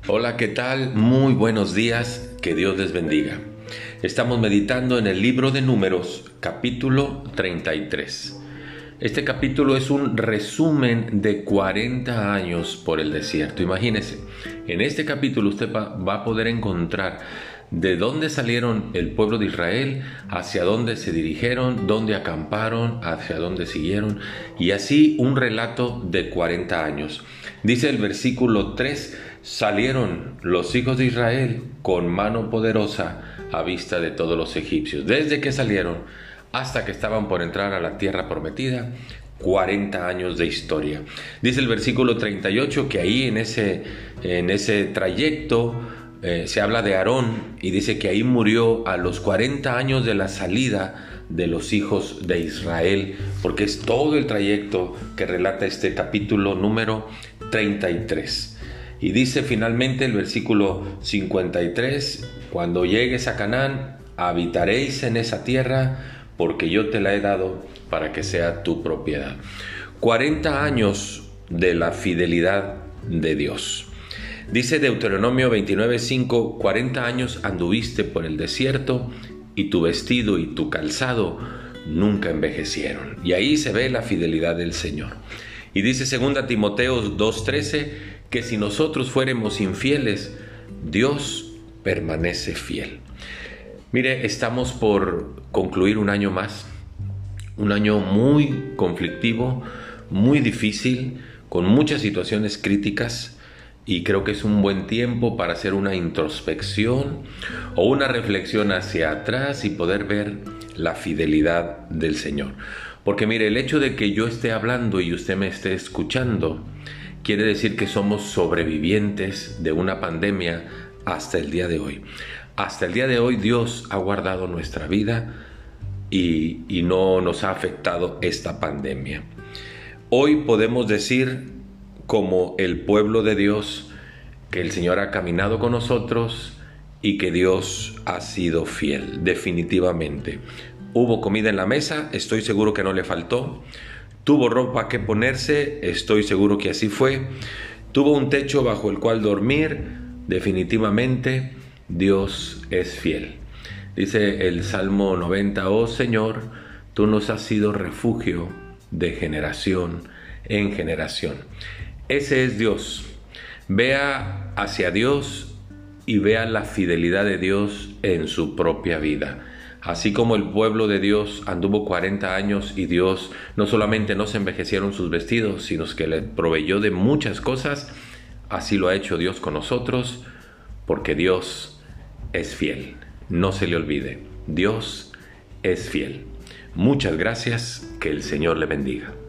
Hola, ¿qué tal? Muy buenos días, que Dios les bendiga. Estamos meditando en el libro de Números, capítulo 33. Este capítulo es un resumen de 40 años por el desierto. Imagínense, en este capítulo usted va a poder encontrar de dónde salieron el pueblo de Israel, hacia dónde se dirigieron, dónde acamparon, hacia dónde siguieron, y así un relato de 40 años. Dice el versículo 3, salieron los hijos de Israel con mano poderosa a vista de todos los egipcios. Desde que salieron hasta que estaban por entrar a la tierra prometida, 40 años de historia. Dice el versículo 38 que ahí en ese trayecto se habla de Aarón y dice que ahí murió a los 40 años de la salida de los hijos de Israel, porque es todo el trayecto que relata este capítulo número 33. Y dice finalmente el versículo 53, cuando llegues a Canaán, habitaréis en esa tierra, porque yo te la he dado para que sea tu propiedad. 40 años de la fidelidad de Dios. Dice Deuteronomio 29:5, 40 años anduviste por el desierto y tu vestido y tu calzado nunca envejecieron. Y ahí se ve la fidelidad del Señor. Y dice 2 Timoteo 2:13 que si nosotros fuéramos infieles, Dios permanece fiel. Mire, estamos por concluir un año más, un año muy conflictivo, muy difícil, con muchas situaciones críticas. Y creo que es un buen tiempo para hacer una introspección o una reflexión hacia atrás y poder ver la fidelidad del Señor. Porque mire, el hecho de que yo esté hablando y usted me esté escuchando, quiere decir que somos sobrevivientes de una pandemia hasta el día de hoy. Hasta el día de hoy Dios ha guardado nuestra vida y no nos ha afectado esta pandemia. Hoy podemos decir, como el pueblo de Dios, que el Señor ha caminado con nosotros y que Dios ha sido fiel, definitivamente. Hubo comida en la mesa, estoy seguro que no le faltó. Tuvo ropa que ponerse, estoy seguro que así fue. Tuvo un techo bajo el cual dormir, definitivamente Dios es fiel. Dice el Salmo 90, oh Señor, tú nos has sido refugio de generación en generación. Ese es Dios. Vea hacia Dios y vea la fidelidad de Dios en su propia vida. Así como el pueblo de Dios anduvo 40 años y Dios no solamente no se envejecieron sus vestidos, sino que le proveyó de muchas cosas, así lo ha hecho Dios con nosotros, porque Dios es fiel. No se le olvide, Dios es fiel. Muchas gracias, que el Señor le bendiga.